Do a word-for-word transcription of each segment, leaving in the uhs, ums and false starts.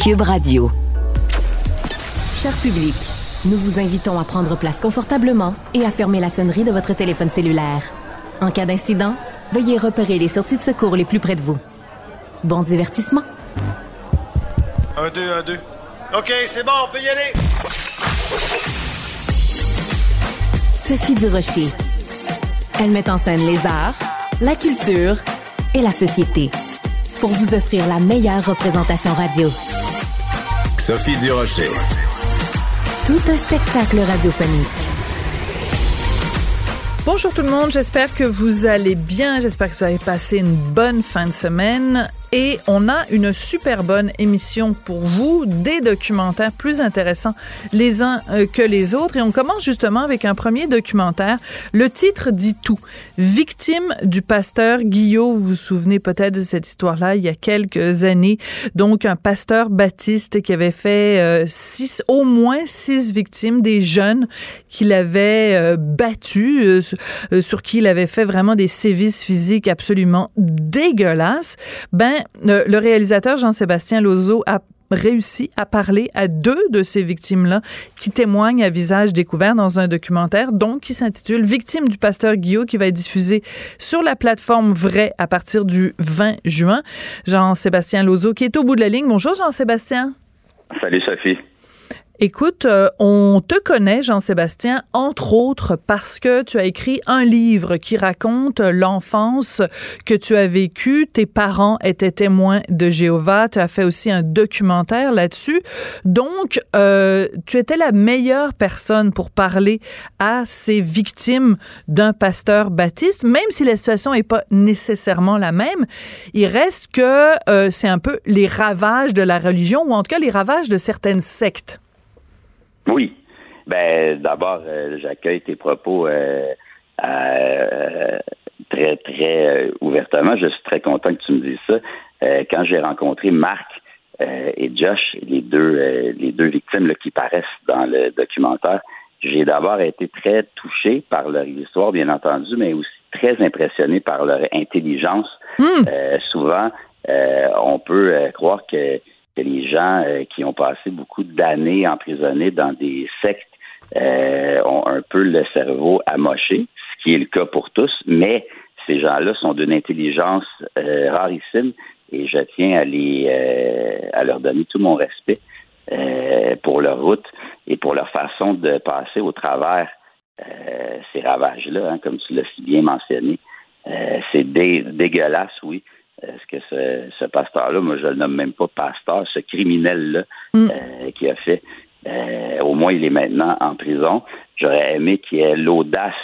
Cube Radio. Cher public, nous vous invitons à prendre place confortablement et à fermer la sonnerie de votre téléphone cellulaire. En cas d'incident, veuillez repérer les sorties de secours les plus près de vous. Bon divertissement. Un, deux, un, deux. OK, c'est bon, on peut y aller. Sophie Durocher. Elle met en scène les arts, la culture et la société pour vous offrir la meilleure représentation radio. Sophie Durocher. Tout un spectacle radiophonique. Bonjour tout le monde, j'espère que vous allez bien, j'espère que vous avez passé une bonne fin de semaine. Et on a une super bonne émission pour vous, des documentaires plus intéressants les uns euh, que les autres. Et on commence justement avec un premier documentaire. Le titre dit tout. Victime du pasteur Guillot. Vous vous souvenez peut-être de cette histoire-là il y a quelques années. Donc, un pasteur baptiste qui avait fait euh, six, au moins six victimes, des jeunes qu'il avait euh, battus, euh, sur qui il avait fait vraiment des sévices physiques absolument dégueulasses. Ben, Le, le réalisateur Jean-Sébastien Lozo a réussi à parler à deux de ces victimes-là qui témoignent à visage découvert dans un documentaire, donc qui s'intitule « Victime du pasteur Guillot » qui va être diffusé sur la plateforme Vrai à partir du vingt juin. Jean-Sébastien Lozo qui est au bout de la ligne. Bonjour Jean-Sébastien. Salut Sophie. Écoute, euh, on te connaît, Jean-Sébastien, entre autres parce que tu as écrit un livre qui raconte l'enfance que tu as vécue. Tes parents étaient témoins de Jéhovah. Tu as fait aussi un documentaire là-dessus. Donc, euh, tu étais la meilleure personne pour parler à ces victimes d'un pasteur baptiste, même si la situation n'est pas nécessairement la même. Il reste que euh, c'est un peu les ravages de la religion, ou en tout cas les ravages de certaines sectes. Oui. Ben, d'abord, euh, j'accueille tes propos euh, euh, très, très euh, ouvertement. Je suis très content que tu me dises ça. Euh, quand j'ai rencontré Marc euh, et Josh, les deux, euh, les deux victimes là, qui paraissent dans le documentaire, j'ai d'abord été très touché par leur histoire, bien entendu, mais aussi très impressionné par leur intelligence. Mmh. Euh, souvent, euh, on peut euh, croire que que les gens euh, qui ont passé beaucoup d'années emprisonnés dans des sectes euh, ont un peu le cerveau amoché, ce qui est le cas pour tous, mais ces gens-là sont d'une intelligence euh, rarissime et je tiens à les euh, à leur donner tout mon respect euh, pour leur route et pour leur façon de passer au travers euh, ces ravages-là, hein, comme tu l'as si bien mentionné. Euh, c'est dé- dégueulasse, oui. Est-ce que ce, ce pasteur-là, moi je le nomme même pas pasteur, ce criminel-là mm. euh, qui a fait, euh, au moins il est maintenant en prison. J'aurais aimé qu'il ait l'audace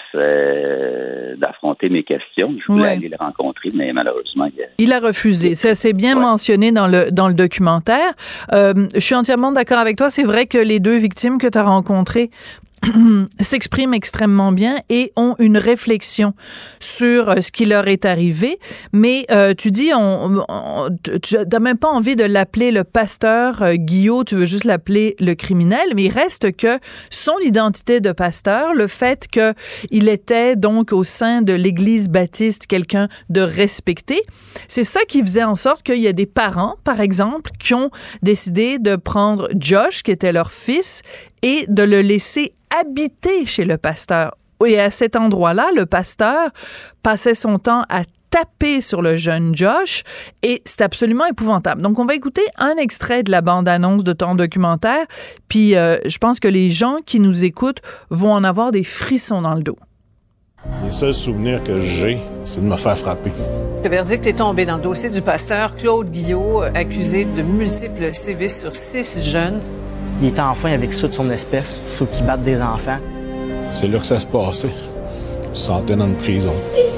euh, d'affronter mes questions. Je voulais ouais. aller le rencontrer, mais malheureusement... Il a, il a refusé. Ça, c'est bien ouais. mentionné dans le, dans le documentaire. Euh, je suis entièrement d'accord avec toi. C'est vrai que les deux victimes que tu as rencontrées s'expriment extrêmement bien et ont une réflexion sur ce qui leur est arrivé. Mais euh, tu dis, on, on, tu n'as même pas envie de l'appeler le pasteur euh, Guillot, tu veux juste l'appeler le criminel, mais il reste que son identité de pasteur, le fait qu'il était donc au sein de l'Église baptiste quelqu'un de respecté, c'est ça qui faisait en sorte qu'il y a des parents, par exemple, qui ont décidé de prendre Josh, qui était leur fils, et de le laisser habiter chez le pasteur. Et à cet endroit-là, le pasteur passait son temps à taper sur le jeune Josh et c'est absolument épouvantable. Donc, on va écouter un extrait de la bande-annonce de ton documentaire, puis euh, je pense que les gens qui nous écoutent vont en avoir des frissons dans le dos. Les seuls souvenirs que j'ai, c'est de me faire frapper. Le verdict est tombé dans le dossier du pasteur Claude Guillot, accusé de multiples sévices sur six jeunes. Il était enfin avec ceux de son espèce, ceux qui battent des enfants. C'est là que ça se passait. Je me sentais dans une prison.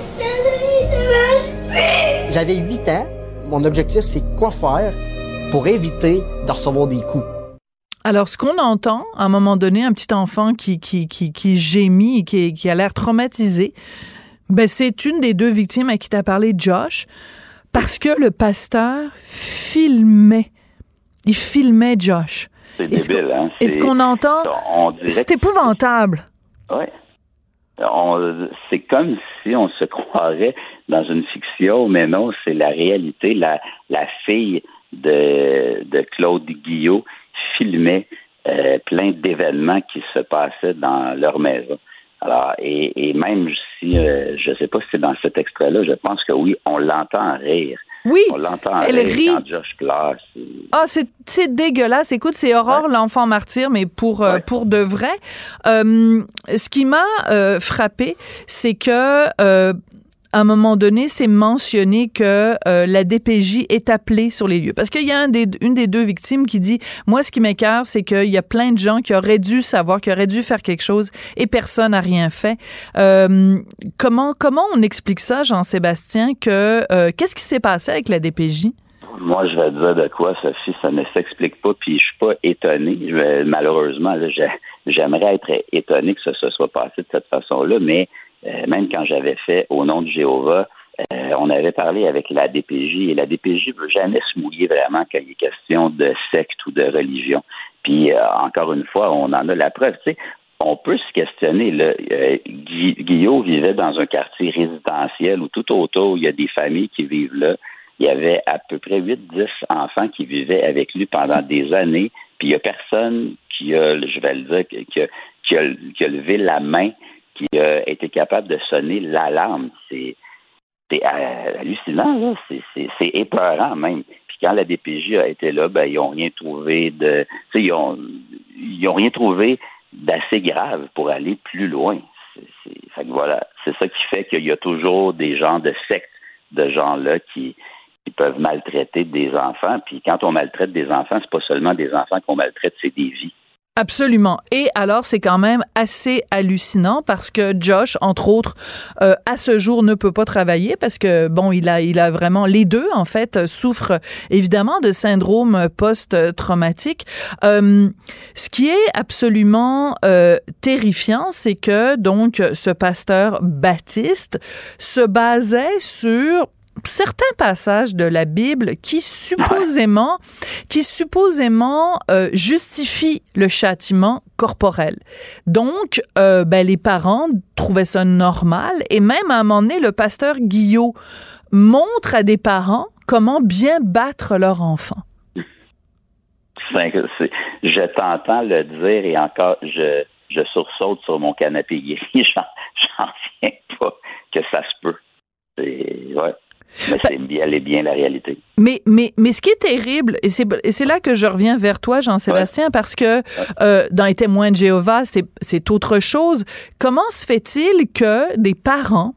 J'avais huit ans. Mon objectif, c'est quoi faire pour éviter de recevoir des coups. Alors, ce qu'on entend, à un moment donné, un petit enfant qui, qui, qui, qui gémit et qui, qui a l'air traumatisé, ben, c'est une des deux victimes à qui t'as parlé, Josh, parce que le pasteur filmait. Il filmait Josh. C'est débile, hein? Est-ce qu'on entend? On dirait c'est épouvantable. Oui. C'est comme si on se croirait dans une fiction, mais non, c'est la réalité. La, la fille de, de Claude Guillot filmait euh, plein d'événements qui se passaient dans leur maison. Alors, et, et même si, euh, je ne sais pas si c'est dans cet extrait-là, je pense que oui, on l'entend rire. Oui, on l'entend elle rire rit. Quand Josh pleure. C'est... Ah, c'est, c'est dégueulasse. Écoute, c'est Aurore, ouais. l'enfant martyr, mais pour, euh, ouais. pour de vrai. Euh, ce qui m'a euh, frappé, c'est que... Euh, à un moment donné, c'est mentionné que euh, la D P J est appelée sur les lieux. Parce qu'il y a un des, une des deux victimes qui dit « Moi, ce qui m'écoeure, c'est qu'il y a plein de gens qui auraient dû savoir, qui auraient dû faire quelque chose et personne n'a rien fait. Euh, » Comment comment on explique ça, Jean-Sébastien, que euh, qu'est-ce qui s'est passé avec la D P J? Moi, je vais te dire de quoi, Sophie, ça ne s'explique pas, puis je suis pas étonné. Je, malheureusement, là, j'aimerais être étonné que ça se soit passé de cette façon-là, mais Euh, même quand j'avais fait Au nom de Jéhovah, euh, on avait parlé avec la D P J et la D P J ne veut jamais se mouiller vraiment quand il est question de secte ou de religion. Puis, euh, encore une fois, on en a la preuve. Tu sais, on peut se questionner. Là, euh, Guy, Guillaume vivait dans un quartier résidentiel où tout autour, il y a des familles qui vivent là. Il y avait à peu près huit dix enfants qui vivaient avec lui pendant des années. Puis, il n'y a personne qui a, je vais le dire, qui a, qui a, qui a levé la main, qui a été capable de sonner l'alarme. C'est, c'est hallucinant, là. C'est, c'est, c'est épeurant même. Puis quand la D P J a été là, ben ils n'ont rien trouvé de. Tu sais, ils ont, ils ont rien trouvé d'assez grave pour aller plus loin. C'est, c'est, fait que voilà, c'est ça qui fait qu'il y a toujours des gens de sectes de gens-là qui, qui peuvent maltraiter des enfants. Puis quand on maltraite des enfants, c'est pas seulement des enfants qu'on maltraite, c'est des vies. Absolument. Et alors, c'est quand même assez hallucinant parce que Josh, entre autres, euh, à ce jour, ne peut pas travailler parce que, bon, il a, il a vraiment, les deux, en fait, souffrent évidemment de syndrome post-traumatique. Euh, ce qui est absolument euh, terrifiant, c'est que, donc, ce pasteur baptiste se basait sur certains passages de la Bible qui supposément qui supposément euh, justifient le châtiment corporel. Donc, euh, ben, les parents trouvaient ça normal et même à un moment donné, le pasteur Guillot montre à des parents comment bien battre leur enfant. C'est, c'est, je t'entends le dire et encore, je, je sursaute sur mon canapé guéri. J'en, j'en reviens pas que ça se peut. C'est, ouais. Mais c'est bien, elle est bien la réalité. Mais, mais, mais ce qui est terrible, et c'est, et c'est là que je reviens vers toi, Jean-Sébastien, ouais. parce que euh, dans les témoins de Jéhovah, c'est, c'est autre chose. Comment se fait-il que des parents,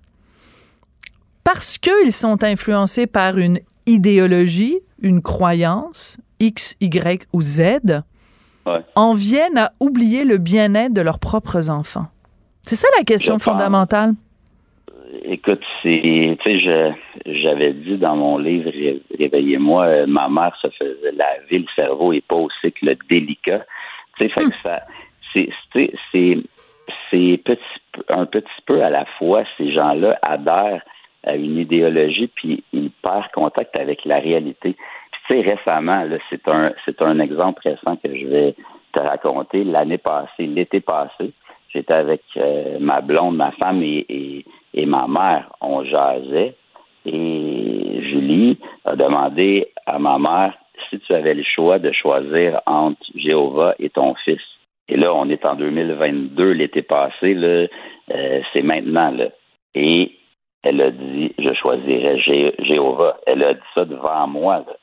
parce qu'ils sont influencés par une idéologie, une croyance, X, Y ou Z, ouais. en viennent à oublier le bien-être de leurs propres enfants? C'est ça la question je fondamentale. Pense. Écoute, c'est, tu sais, je, j'avais dit dans mon livre Réveillez-moi, euh, ma mère se faisait laver le cerveau et pas au cycle délicat. Tu sais, fait que ça, c'est, c'est, c'est, c'est petit, un petit peu à la fois, ces gens-là adhèrent à une idéologie puis ils perdent contact avec la réalité. Puis tu sais, récemment, là, c'est un, c'est un exemple récent que je vais te raconter. L'année passée, l'été passé, j'étais avec euh, ma blonde, ma femme et, et, et ma mère. On jasait et Julie a demandé à ma mère si tu avais le choix de choisir entre Jéhovah et ton fils. Et là, on est en deux mille vingt-deux, l'été passé, là, euh, c'est maintenant. Là. Et elle a dit, je choisirais Jé- Jéhovah. Elle a dit ça devant moi. Là.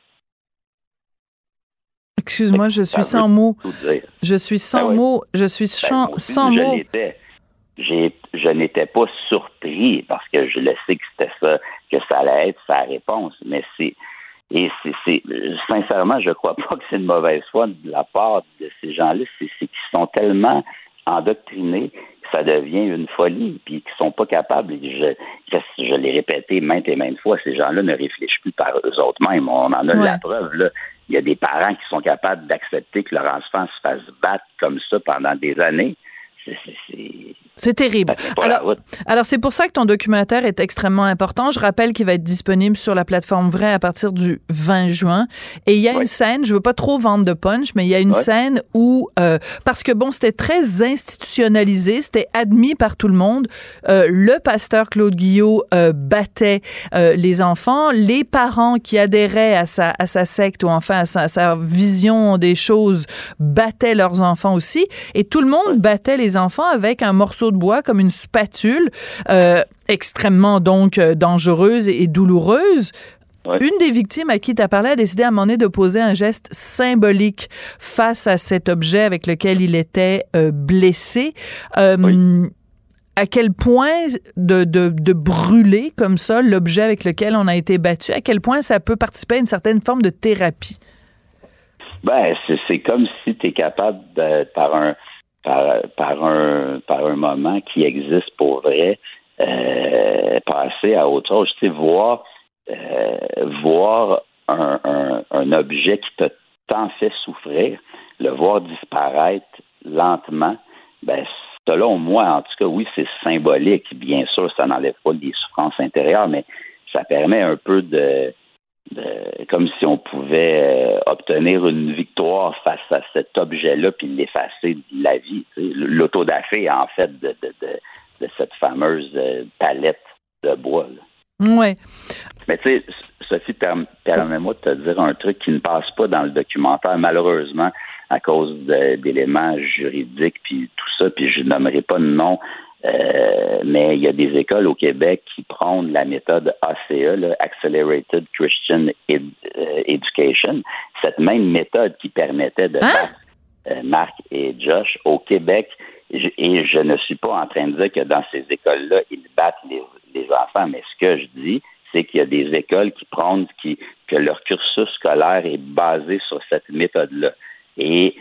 Excuse-moi, je suis sans mots. Je suis sans ben mots. Oui. Je suis sans, ben, aussi, sans je mots. N'étais, j'ai, je n'étais pas surpris parce que je le sais que c'était ça, que ça allait être sa réponse. Mais c'est, et c'est, c'est, sincèrement, je crois pas que c'est une mauvaise foi de la part de ces gens-là. C'est, c'est qu'ils sont tellement endoctrinés que ça devient une folie, puis qu'ils sont pas capables. Je, je, je l'ai répété maintes et maintes fois. Ces gens-là ne réfléchissent plus par eux-mêmes. On en a ouais. la preuve là. Il y a des parents qui sont capables d'accepter que leur enfant se fasse battre comme ça pendant des années. C'est, c'est, c'est, C'est terrible. Alors, alors, c'est pour ça que ton documentaire est extrêmement important. Je rappelle qu'il va être disponible sur la plateforme Vrai à partir du vingt juin. Et il y a ouais. une scène, je veux pas trop vendre de punch, mais il y a une ouais. scène où, euh, parce que bon, c'était très institutionnalisé, c'était admis par tout le monde. Euh, le pasteur Claude Guillot euh, battait euh, les enfants. Les parents qui adhéraient à sa, à sa secte ou enfin à sa, à sa vision des choses battaient leurs enfants aussi. Et tout le monde battait les enfants avec un morceau de bois comme une spatule, euh, extrêmement donc euh, dangereuse et, et douloureuse. Ouais. Une des victimes à qui tu as parlé a décidé à un moment donné de poser un geste symbolique face à cet objet avec lequel il était euh, blessé. Euh, oui. À quel point de, de, de brûler comme ça l'objet avec lequel on a été battu, à quel point ça peut participer à une certaine forme de thérapie? Ben, c'est, c'est comme si tu es capable, de, par un Par, par un par un moment qui existe pour vrai, euh, passer à autre chose. Tu sais, voir euh, voir un, un, un objet qui t'a tant fait souffrir, le voir disparaître lentement, ben selon moi, en tout cas, oui, c'est symbolique. Bien sûr, ça n'enlève pas les souffrances intérieures, mais ça permet un peu de De, comme si on pouvait euh, obtenir une victoire face à cet objet-là puis l'effacer de la vie. Tu sais. L'autodafé, en fait, de, de, de, de cette fameuse euh, palette de bois. Oui. Mais tu sais, Sophie, per- permets-moi de te dire un truc qui ne passe pas dans le documentaire, malheureusement, à cause de, d'éléments juridiques puis tout ça, puis je nommerai pas de nom. Euh, mais il y a des écoles au Québec qui prônent la méthode A C E, là, Accelerated Christian Ed- euh, Education, cette même méthode qui permettait de hein? battre euh, Marc et Josh au Québec. Je, et je ne suis pas en train de dire que dans ces écoles-là, ils battent les, les enfants, mais ce que je dis, c'est qu'il y a des écoles qui prônent qui, que leur cursus scolaire est basé sur cette méthode-là. Et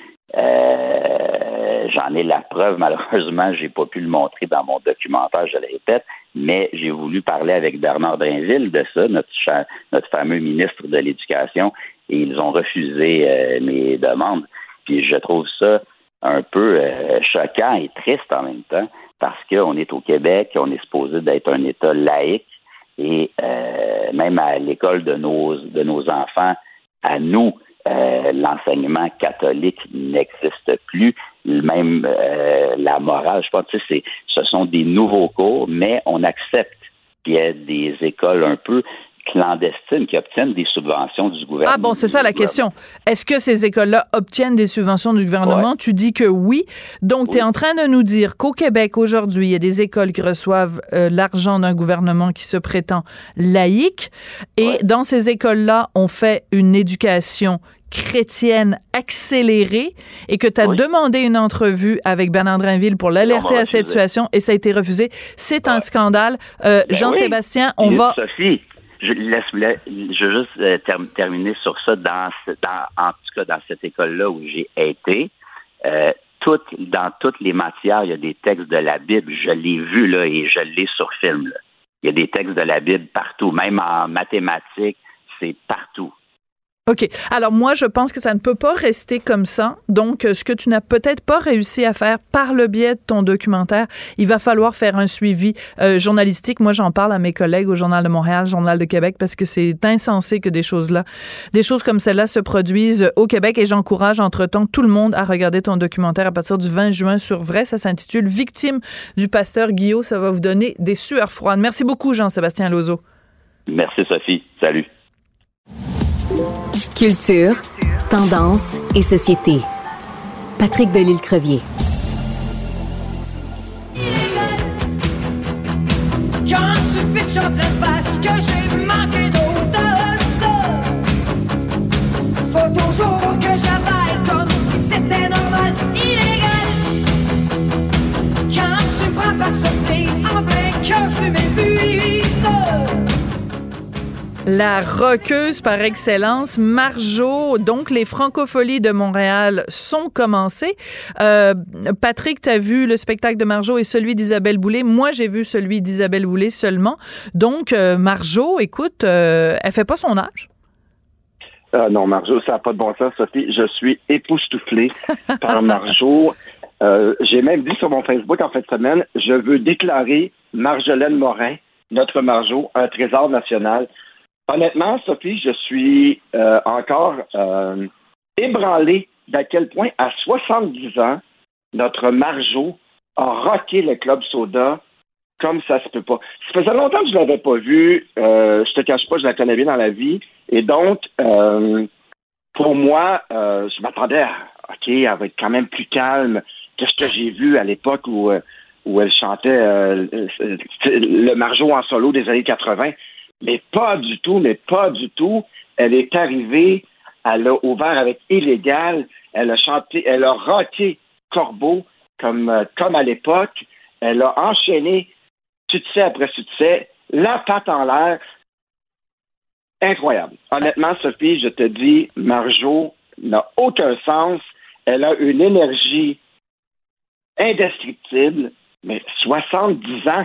Euh, j'en ai la preuve, malheureusement, j'ai pas pu le montrer dans mon documentaire, je le répète, mais j'ai voulu parler avec Bernard Drinville de ça, notre, cha- notre fameux ministre de l'Éducation, et ils ont refusé euh, mes demandes. Puis je trouve ça un peu euh, choquant et triste en même temps, parce qu'on est au Québec, on est supposé d'être un État laïque, et euh, même à l'école de nos, de nos enfants, à nous, Euh, l'enseignement catholique n'existe plus, même euh, la morale, je pense que c'est, ce sont des nouveaux cours, mais on accepte qu'il y ait des écoles un peu clandestines qui obtiennent des subventions du gouvernement. Ah bon, c'est ça la question. Est-ce que ces écoles-là obtiennent des subventions du gouvernement? Ouais. Tu dis que oui. Donc, oui. Tu es en train de nous dire qu'au Québec, aujourd'hui, il y a des écoles qui reçoivent euh, l'argent d'un gouvernement qui se prétend laïque. Et ouais. Dans ces écoles-là, on fait une éducation chrétienne accélérée et que tu as oui. demandé une entrevue avec Bernard Drinville pour l'alerter à cette situation et ça a été refusé. C'est ouais. un scandale. Euh, ben Jean-Sébastien, oui. on va... Sophie, je, laisse, je veux juste euh, ter- terminer sur ça. Dans, dans, en tout cas, dans cette école-là où j'ai été, euh, toutes, dans toutes les matières, il y a des textes de la Bible. Je l'ai vu là et je l'ai sur film. Là. Il y a des textes de la Bible partout. Même en mathématiques, c'est partout. OK. Alors, moi, je pense que ça ne peut pas rester comme ça. Donc, ce que tu n'as peut-être pas réussi à faire par le biais de ton documentaire, il va falloir faire un suivi euh, journalistique. Moi, j'en parle à mes collègues au Journal de Montréal, Journal de Québec, parce que c'est insensé que des choses-là, des choses comme celle-là se produisent au Québec et j'encourage, entre-temps, tout le monde à regarder ton documentaire à partir du vingt juin sur Vrai. Ça s'intitule « Victime du pasteur Guillot ». Ça va vous donner des sueurs froides. Merci beaucoup, Jean-Sébastien Lozo. Merci, Sophie. Salut. Culture, tendance et société. Patrick Delisle-Crevier. Quand tu pitches en pleine face que j'ai manqué d'eau de ça, faut toujours que j'avale comme si c'était normal. Illégal. Quand tu me prends par surprise en plein cœur, tu m'épuises. La rockeuse par excellence, Marjo. Donc, les Francopholies de Montréal sont commencées. Euh, Patrick, tu as vu le spectacle de Marjo et celui d'Isabelle Boulay. Moi, j'ai vu celui d'Isabelle Boulay seulement. Donc, euh, Marjo, écoute, euh, elle fait pas son âge. Euh, non, Marjo, ça n'a pas de bon sens, Sophie. Je suis époustouflé par Marjo. Euh, j'ai même dit sur mon Facebook en fin de semaine, je veux déclarer Marjolaine Morin, notre Marjo, un trésor national. Honnêtement, Sophie, je suis euh, encore euh, ébranlé d'à quel point, à soixante-dix ans, notre Marjo a rocké le Club Soda comme ça se peut pas. Ça faisait longtemps que je l'avais pas vue. Euh, je te cache pas, je la connais bien dans la vie. Et donc, euh, pour moi, euh, je m'attendais à, OK, elle va être quand même plus calme que ce que j'ai vu à l'époque où, où elle chantait euh, le Marjo en solo des années quatre-vingts. Mais pas du tout, mais pas du tout. Elle est arrivée, elle a ouvert avec Illégal, elle a chanté, elle a rocké Corbeau comme, euh, comme à l'époque. Elle a enchaîné succès après succès, la patte en l'air. Incroyable. Honnêtement, Sophie, je te dis, Marjo n'a aucun sens. Elle a une énergie indescriptible, mais soixante-dix ans,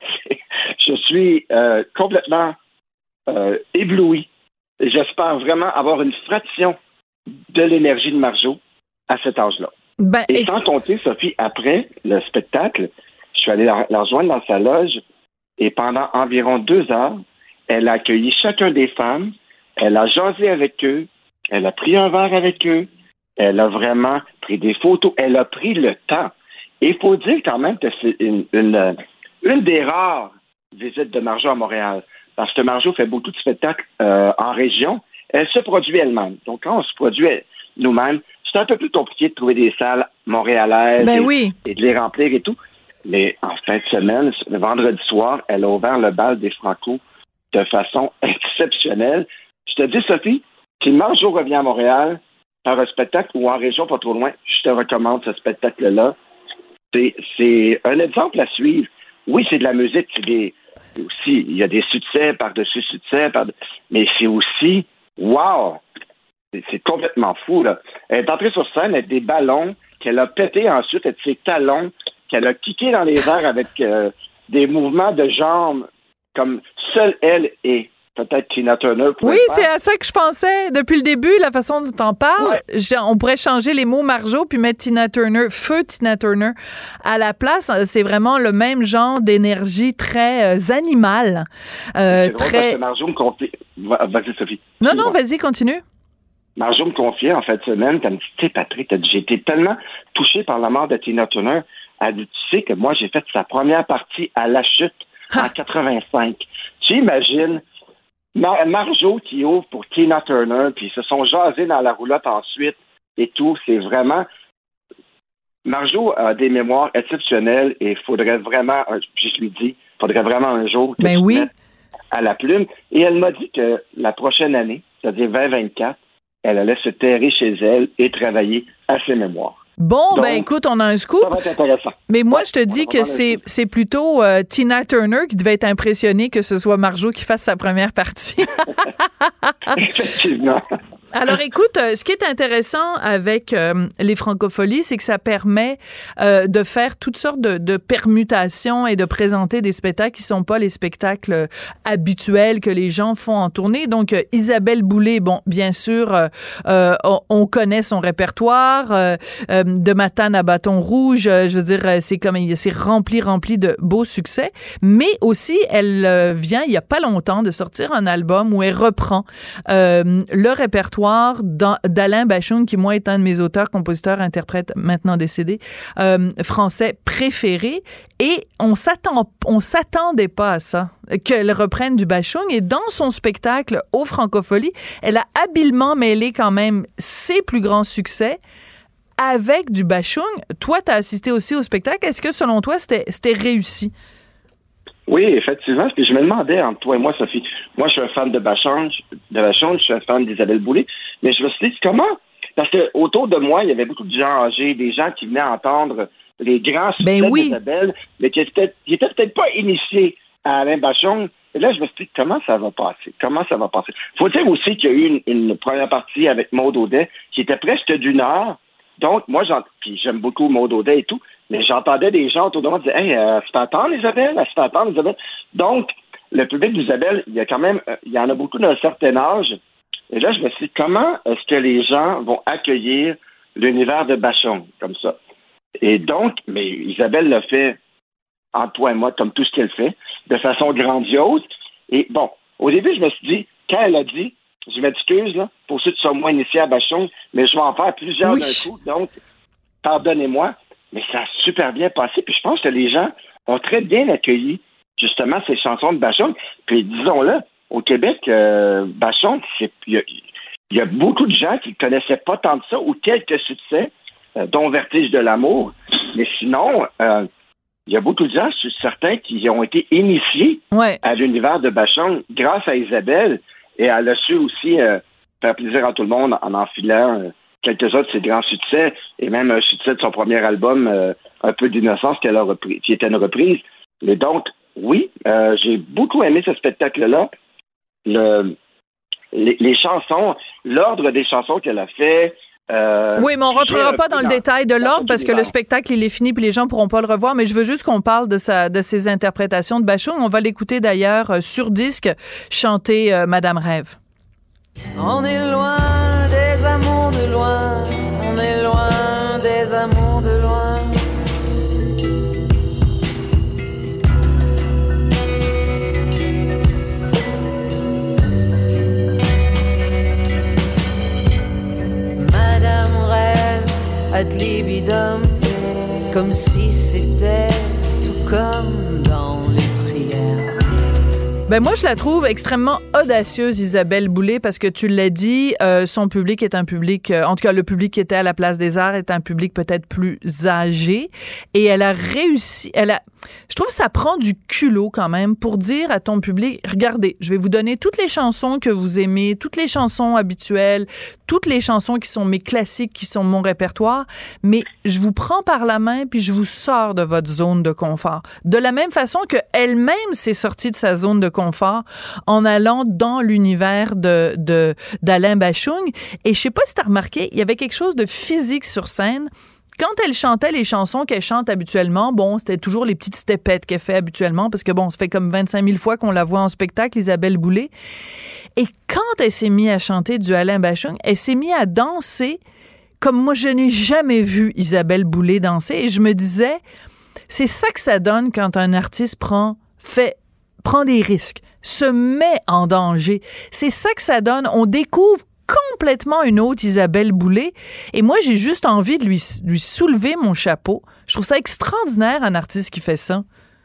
je suis euh, complètement euh, ébloui. Et j'espère vraiment avoir une fraction de l'énergie de Marjo à cet âge-là. Ben, et, et sans compter, Sophie, après le spectacle, je suis allé la, la rejoindre dans sa loge et pendant environ deux heures, elle a accueilli chacun des femmes, elle a jasé avec eux, elle a pris un verre avec eux, elle a vraiment pris des photos, elle a pris le temps. Et il faut dire quand même que c'est une, une, une des rares visites de Marjo à Montréal. Parce que Marjo fait beaucoup de spectacles euh, en région. Elle se produit elle-même. Donc, quand on se produit nous-mêmes, c'est un peu plus compliqué de trouver des salles montréalaises ben et, oui. et de les remplir et tout. Mais en fin de semaine, le vendredi soir, elle a ouvert le bal des Franco de façon exceptionnelle. Je te dis, Sophie, si Marjo revient à Montréal, par un spectacle ou en région pas trop loin, je te recommande ce spectacle-là. C'est, c'est un exemple à suivre. Oui, c'est de la musique, c'est des aussi, il y a des succès par-dessus succès, par mais c'est aussi, wow! C'est, c'est complètement fou, là. Elle est entrée sur scène avec des ballons qu'elle a pétés ensuite avec ses talons, qu'elle a kické dans les airs avec euh, des mouvements de jambes comme seule elle est. Peut-être Tina Turner. Oui, faire. C'est à ça que je pensais depuis le début, la façon dont t'en parles. Ouais. Je, on pourrait changer les mots Marjo puis mettre Tina Turner, feu Tina Turner à la place. C'est vraiment le même genre d'énergie très euh, animale. Euh, très. Marjo me confie. Vas-y, Sophie. Non, non, vas-y, continue. Marjo me confiait en fin de semaine, t'as dit, tu sais, Patrick, t'as dit, j'ai été tellement touché par la mort de Tina Turner. Elle dit, tu sais que moi, j'ai fait sa première partie à La Chute ha. En quatre-vingt-cinq. J'imagine. Mar- Marjo qui ouvre pour Tina Turner, puis ils se sont jasés dans la roulotte ensuite et tout. C'est vraiment... Marjo a des mémoires exceptionnelles et il faudrait vraiment, je lui dis, il faudrait vraiment un jour que ben tu oui. mettes à la plume. Et elle m'a dit que la prochaine année, c'est-à-dire vingt vingt-quatre, elle allait se terrer chez elle et travailler à ses mémoires. Bon, Donc, ben écoute, on a un scoop. Ça va être intéressant. Mais moi, ouais, je te dis que c'est, c'est plutôt euh, Tina Turner qui devait être impressionnée que ce soit Marjo qui fasse sa première partie. Effectivement. Alors écoute, euh, ce qui est intéressant avec euh, les francopholies, c'est que ça permet euh, de faire toutes sortes de, de permutations et de présenter des spectacles qui sont pas les spectacles euh, habituels que les gens font en tournée. Donc euh, Isabelle Boulay, bon, bien sûr, euh, euh, on, on connaît son répertoire euh, euh, de Matane à Bâton Rouge. Euh, je veux dire, euh, c'est comme c'est rempli, rempli de beaux succès. Mais aussi, elle euh, vient il y a pas longtemps de sortir un album où elle reprend euh, le répertoire d'Alain Bashung, qui, moi, est un de mes auteurs, compositeurs, interprètes, maintenant décédés, euh, français préférés. Et on s'attend, on s'attendait pas à ça, qu'elle reprenne du Bashung. Et dans son spectacle aux Francopholies, elle a habilement mêlé quand même ses plus grands succès avec du Bashung. Toi, tu as assisté aussi au spectacle. Est-ce que, selon toi, c'était, c'était réussi? Oui, effectivement. Puis je me demandais, entre toi et moi, Sophie, moi, je suis un fan de Bachung, de Bachung, je suis un fan d'Isabelle Boulay, mais je me suis dit, comment? Parce que autour de moi, il y avait beaucoup de gens âgés, des gens qui venaient entendre les grands succès ben oui. d'Isabelle, mais qui étaient, qui étaient peut-être pas initiés à Alain Bachung. Et là, je me suis dit, comment ça va passer? Comment ça va passer? Faut dire aussi qu'il y a eu une, une première partie avec Maud Audet qui était presque d'une heure. Donc, moi, j'en, puis j'aime beaucoup Maud Audet et tout, mais j'entendais des gens autour de moi dire « Hey, euh, c'est attendre, Isabelle? Elle se fait attendre, Isabelle? » Donc, le public d'Isabelle, il y a quand même, euh, il y en a beaucoup d'un certain âge. Et là, je me suis dit, comment est-ce que les gens vont accueillir l'univers de Bachung comme ça? Et donc, mais Isabelle l'a fait, entre toi et moi, comme tout ce qu'elle fait, de façon grandiose. Et bon, au début, je me suis dit, quand elle a dit, je m'excuse, là, pour ceux qui sont moins initiés à Bachung, mais je vais en faire plusieurs oui. d'un coup, donc, pardonnez-moi. Mais ça a super bien passé, puis je pense que les gens ont très bien accueilli, justement, ces chansons de Bachung. Puis, disons-le, au Québec, euh, Bachung, il y, y a beaucoup de gens qui ne connaissaient pas tant de ça, ou quelques succès, euh, dont Vertige de l'amour. Mais sinon, euh, il y a beaucoup de gens, je suis certain, qui ont été initiés ouais. à l'univers de Bachung grâce à Isabelle, et elle a su aussi euh, faire plaisir à tout le monde en enfilant euh, quelques-uns de ses grands succès, et même un succès de son premier album, euh, Un peu d'innocence, qu'elle a repris, qui était une reprise. Mais donc, oui, euh, j'ai beaucoup aimé ce spectacle-là. Le, les, les chansons, l'ordre des chansons qu'elle a fait. Euh, oui, mais on ne rentrera pas dans le détail de l'ordre parce que le spectacle, il est fini puis les gens ne pourront pas le revoir, mais je veux juste qu'on parle de, sa, de ses interprétations de Bachung. On va l'écouter d'ailleurs euh, sur disque, chanter euh, Madame Rêve. On est loin des amours de loin, on est loin des amours de loin. Madame rêve ad libidum, comme si c'était tout comme dans les prières. Ben moi, je la trouve extrêmement audacieuse, Isabelle Boulay, parce que tu l'as dit, euh, son public est un public, euh, en tout cas, le public qui était à la Place des Arts est un public peut-être plus âgé, et elle a réussi, elle a, je trouve que ça prend du culot quand même pour dire à ton public, regardez, je vais vous donner toutes les chansons que vous aimez, toutes les chansons habituelles, toutes les chansons qui sont mes classiques, qui sont mon répertoire, mais je vous prends par la main puis je vous sors de votre zone de confort. De la même façon que elle-même s'est sortie de sa zone de confort en allant dans l'univers de, de d'Alain Bachung. Et je sais pas si t'as remarqué, il y avait quelque chose de physique sur scène. Quand elle chantait les chansons qu'elle chante habituellement, bon, c'était toujours les petites stepettes qu'elle fait habituellement, parce que bon, ça fait comme vingt-cinq mille fois qu'on la voit en spectacle, Isabelle Boulay. Et quand elle s'est mise à chanter du Alain Bachung, elle s'est mise à danser comme moi, je n'ai jamais vu Isabelle Boulay danser. Et je me disais, c'est ça que ça donne quand un artiste prend, fait, prend des risques, se met en danger. C'est ça que ça donne. On découvre complètement une autre Isabelle Boulay. Et moi, j'ai juste envie de lui, lui soulever mon chapeau. Je trouve ça extraordinaire, un artiste qui fait ça.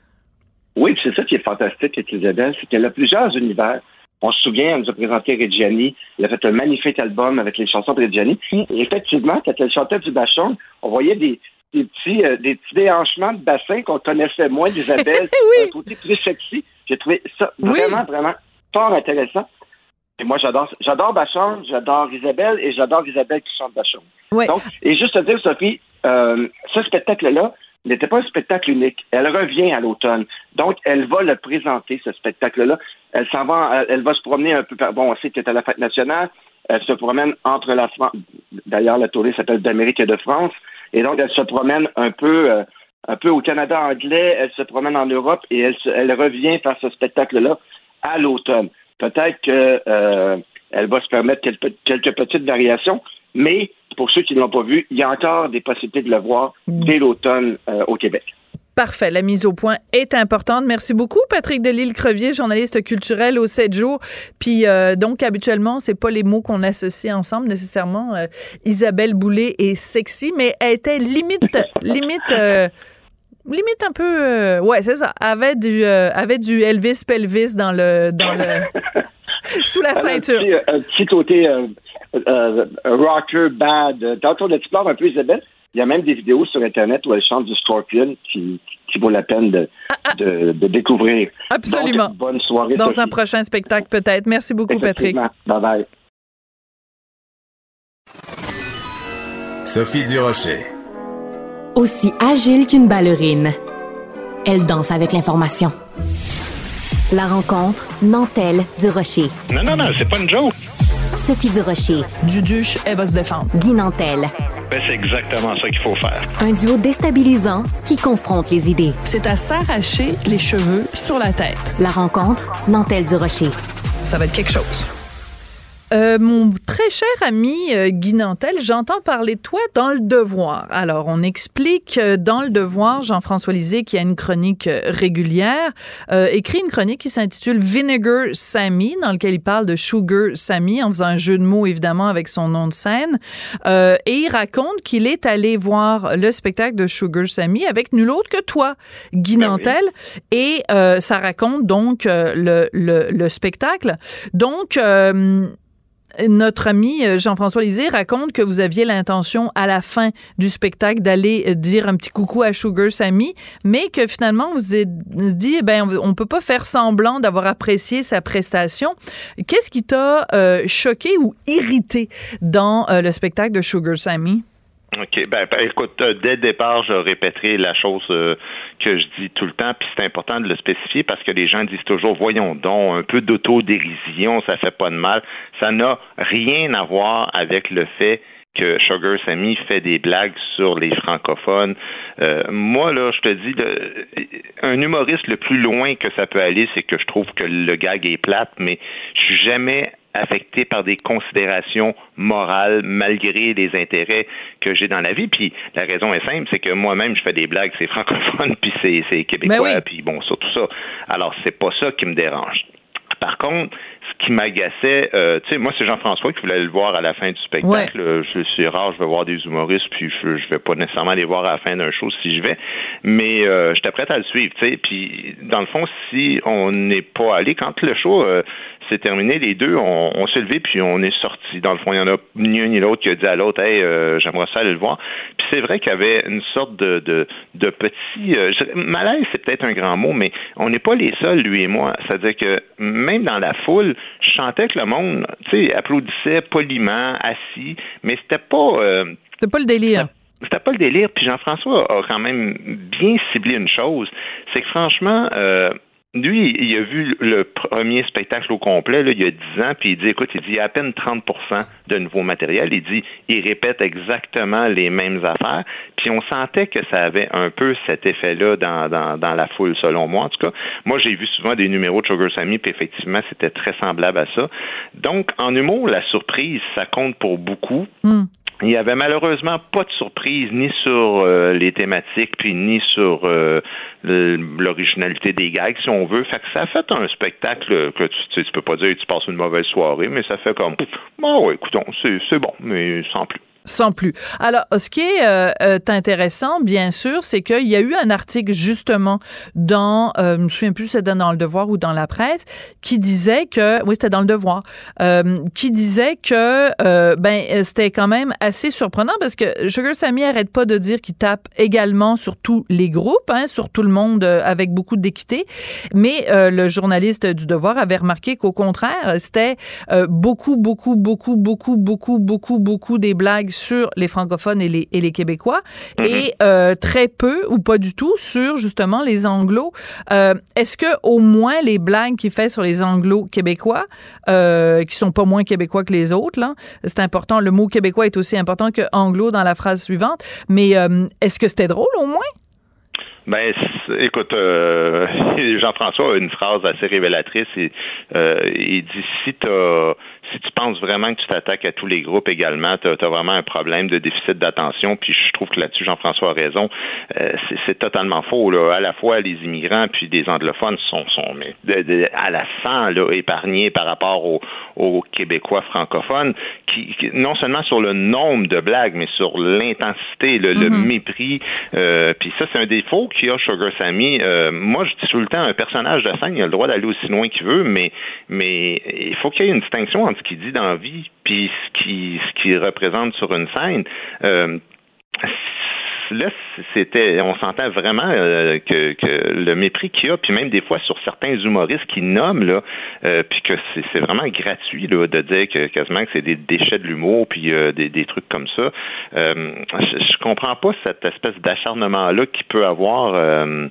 Oui, c'est ça qui est fantastique avec Isabelle, c'est qu'elle a plusieurs univers. On se souvient, elle nous a présenté Reggiani. Elle a fait un magnifique album avec les chansons de Reggiani. Et effectivement, quand elle chantait du Bachung, on voyait des, des petits euh, des petits déhanchements de bassin qu'on connaissait moins d'Isabelle. Oui. Un côté plus sexy. J'ai trouvé ça vraiment, oui. vraiment fort intéressant. Et moi, j'adore j'adore Bachung, j'adore Isabelle et j'adore Isabelle qui chante Bachung. Oui. Donc, et juste te dire, Sophie, euh, ce spectacle-là n'était pas un spectacle unique. Elle revient à l'automne. Donc, elle va le présenter, ce spectacle-là. Elle s'en va, elle va se promener un peu par, bon, on sait qu'elle est à la Fête nationale. Elle se promène entre la France. D'ailleurs, la tournée s'appelle d'Amérique et de France. Et donc, elle se promène un peu, euh, un peu au Canada anglais. Elle se promène en Europe et elle, se, elle revient par ce spectacle-là à l'automne. Peut-être que, euh, elle va se permettre quelques, quelques petites variations, mais pour ceux qui ne l'ont pas vu, il y a encore des possibilités de le voir dès l'automne euh, au Québec. Parfait. La mise au point est importante. Merci beaucoup, Patrick Delisle-Crevier, journaliste culturel au sept jours. Puis, euh, donc, habituellement, c'est pas les mots qu'on associe ensemble nécessairement. Euh, Isabelle Boulay est sexy, mais elle était limite, limite, euh, limite un peu, euh, ouais, c'est ça. Avait du, euh, avait du Elvis Pelvis dans le, dans le, sous la ceinture. Un petit, un petit côté euh, euh, rocker bad. Tantôt, on explore un peu Isabelle. Il y a même des vidéos sur Internet où elle chante du Scorpion qui, qui vaut la peine de, de, de découvrir. Absolument. Donc, bonne soirée. Dans Sophie. Un prochain spectacle, peut-être. Merci beaucoup, Patrick. Bye-bye. Sophie Durocher. Aussi agile qu'une ballerine, elle danse avec l'information. La rencontre Nantel-Durocher. Non, non, non, c'est pas une joke. Sophie Durocher. Duduche, elle va se défendre. Guy Nantel. Ben, c'est exactement ça qu'il faut faire. Un duo déstabilisant qui confronte les idées. C'est à s'arracher les cheveux sur la tête. La rencontre Nantel-Durocher. Ça va être quelque chose. Euh, mon très cher ami euh, Guy Nantel, j'entends parler de toi dans Le Devoir. Alors, on explique euh, dans Le Devoir, Jean-François Lisée, qui a une chronique euh, régulière, euh, écrit une chronique qui s'intitule Vinegar Sammy, dans lequel il parle de Sugar Sammy, en faisant un jeu de mots, évidemment, avec son nom de scène. Euh, et il raconte qu'il est allé voir le spectacle de Sugar Sammy avec nul autre que toi, Guy ben Nantel. Oui. Et euh, ça raconte donc euh, le, le, le spectacle. Donc, euh, notre ami Jean-François Lisée raconte que vous aviez l'intention à la fin du spectacle d'aller dire un petit coucou à Sugar Sammy, mais que finalement vous vous êtes dit, eh ben on peut pas faire semblant d'avoir apprécié sa prestation. Qu'est-ce qui t'a euh, choqué ou irrité dans euh, le spectacle de Sugar Sammy? OK. Ben, ben, écoute, dès le départ, je répéterai la chose euh, que je dis tout le temps, puis c'est important de le spécifier parce que les gens disent toujours, voyons donc, un peu d'autodérision, ça fait pas de mal. Ça n'a rien à voir avec le fait que Sugar Sammy fait des blagues sur les francophones. Euh, moi, là, je te dis, le, un humoriste, le plus loin que ça peut aller, c'est que je trouve que le gag est plate, mais je suis jamais affecté par des considérations morales malgré les intérêts que j'ai dans la vie. Puis la raison est simple, c'est que moi-même, je fais des blagues, c'est francophone, puis c'est, c'est québécois, oui. Puis bon, ça, tout ça. Alors, c'est pas ça qui me dérange. Par contre, ce qui m'agaçait, euh, tu sais, moi, c'est Jean-François qui voulait le voir à la fin du spectacle. Ouais. Je suis rare, je vais voir des humoristes, puis je, je vais pas nécessairement les voir à la fin d'un show si je vais. Mais euh, j'étais prêt à le suivre, tu sais. Puis, dans le fond, si on n'est pas allé, quand le show euh, s'est terminé, les deux, on, on s'est levé, puis on est sortis. Dans le fond, il y en a ni un ni l'autre qui a dit à l'autre, hey, euh, j'aimerais ça aller le voir. Puis c'est vrai qu'il y avait une sorte de, de, de petit euh, malaise, c'est peut-être un grand mot, mais on n'est pas les seuls, lui et moi. C'est-à-dire que même dans la foule, je sentais que le monde, tu sais, applaudissait poliment, assis, mais c'était pas... Euh, c'était pas le délire. C'était pas le délire. Puis Jean-François a quand même bien ciblé une chose, c'est que franchement... Euh, Lui, il a vu le premier spectacle au complet, là, il y a dix ans, puis il dit, écoute, il dit, il y a à peine trente pour cent de nouveau matériel. Il dit, il répète exactement les mêmes affaires. Puis on sentait que ça avait un peu cet effet-là dans, dans, dans la foule, selon moi. En tout cas, moi, j'ai vu souvent des numéros de Sugar Sammy, puis effectivement, c'était très semblable à ça. Donc, en humour, la surprise, ça compte pour beaucoup. Mm. Il n'y avait malheureusement pas de surprise ni sur euh, les thématiques puis ni sur euh, le, l'originalité des gags, si on veut. Fait que ça a fait un spectacle que tu, tu sais, tu peux pas dire que tu passes une mauvaise soirée, mais ça fait comme, ah ouais, écoutons, c'est, c'est bon, mais sans plus. Sans plus. Alors, ce qui est euh, euh, intéressant, bien sûr, c'est qu'il y a eu un article, justement, dans, euh, je me souviens plus si c'était dans Le Devoir ou dans la presse, qui disait que, oui, c'était dans Le Devoir, euh, qui disait que, euh, ben, c'était quand même assez surprenant parce que Sugar Sammy arrête pas de dire qu'il tape également sur tous les groupes, hein, sur tout le monde euh, avec beaucoup d'équité, mais euh, le journaliste du Devoir avait remarqué qu'au contraire, c'était euh, beaucoup, beaucoup, beaucoup, beaucoup, beaucoup, beaucoup, beaucoup des blagues sur les francophones et les, et les Québécois, mm-hmm. et euh, très peu ou pas du tout sur justement les anglos. Euh, est-ce que au moins les blagues qu'il fait sur les anglos québécois, euh, qui sont pas moins québécois que les autres, là, c'est important, le mot québécois est aussi important que anglo dans la phrase suivante, mais euh, est-ce que c'était drôle au moins? Ben, écoute, euh, Jean-François a une phrase assez révélatrice. Et, euh, il dit, si t'as, si tu penses vraiment que tu t'attaques à tous les groupes également, tu as vraiment un problème de déficit d'attention. Puis je trouve que là-dessus, Jean-François a raison. Euh, c'est, c'est totalement faux. Là. À la fois, les immigrants puis des anglophones sont, sont mais de, de, à la cent là, épargnés par rapport aux, aux Québécois francophones, qui, qui non seulement sur le nombre de blagues, mais sur l'intensité, le, mm-hmm. le mépris. Euh, puis ça, c'est un défaut qu'il y a Sugar Sammy. Euh, moi, je dis tout le temps, un personnage de scène, il a le droit d'aller aussi loin qu'il veut, mais mais il faut qu'il y ait une distinction entre ce qu'il dit dans la vie puis ce qu'il ce qu'il représente sur une scène. Euh, là, c'était, on sentait vraiment euh, que, que le mépris qu'il y a, puis même des fois sur certains humoristes qui nomment, là, euh, puis que c'est, c'est vraiment gratuit là, de dire que quasiment que c'est des déchets de l'humour, puis euh, des, des trucs comme ça. Euh, je, je comprends pas cette espèce d'acharnement-là qu'il peut avoir euh,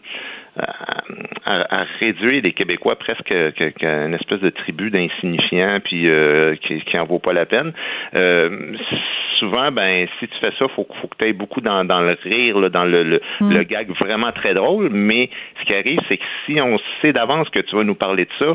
à, à réduire les Québécois presque qu'à une espèce de tribu d'insignifiants puis euh, qui, qui en vaut pas la peine. Euh, souvent, ben si tu fais ça, faut, faut que tu ailles beaucoup dans, dans le rire, là, dans le, le, mm. le gag vraiment très drôle, mais ce qui arrive, c'est que si on sait d'avance que tu vas nous parler de ça,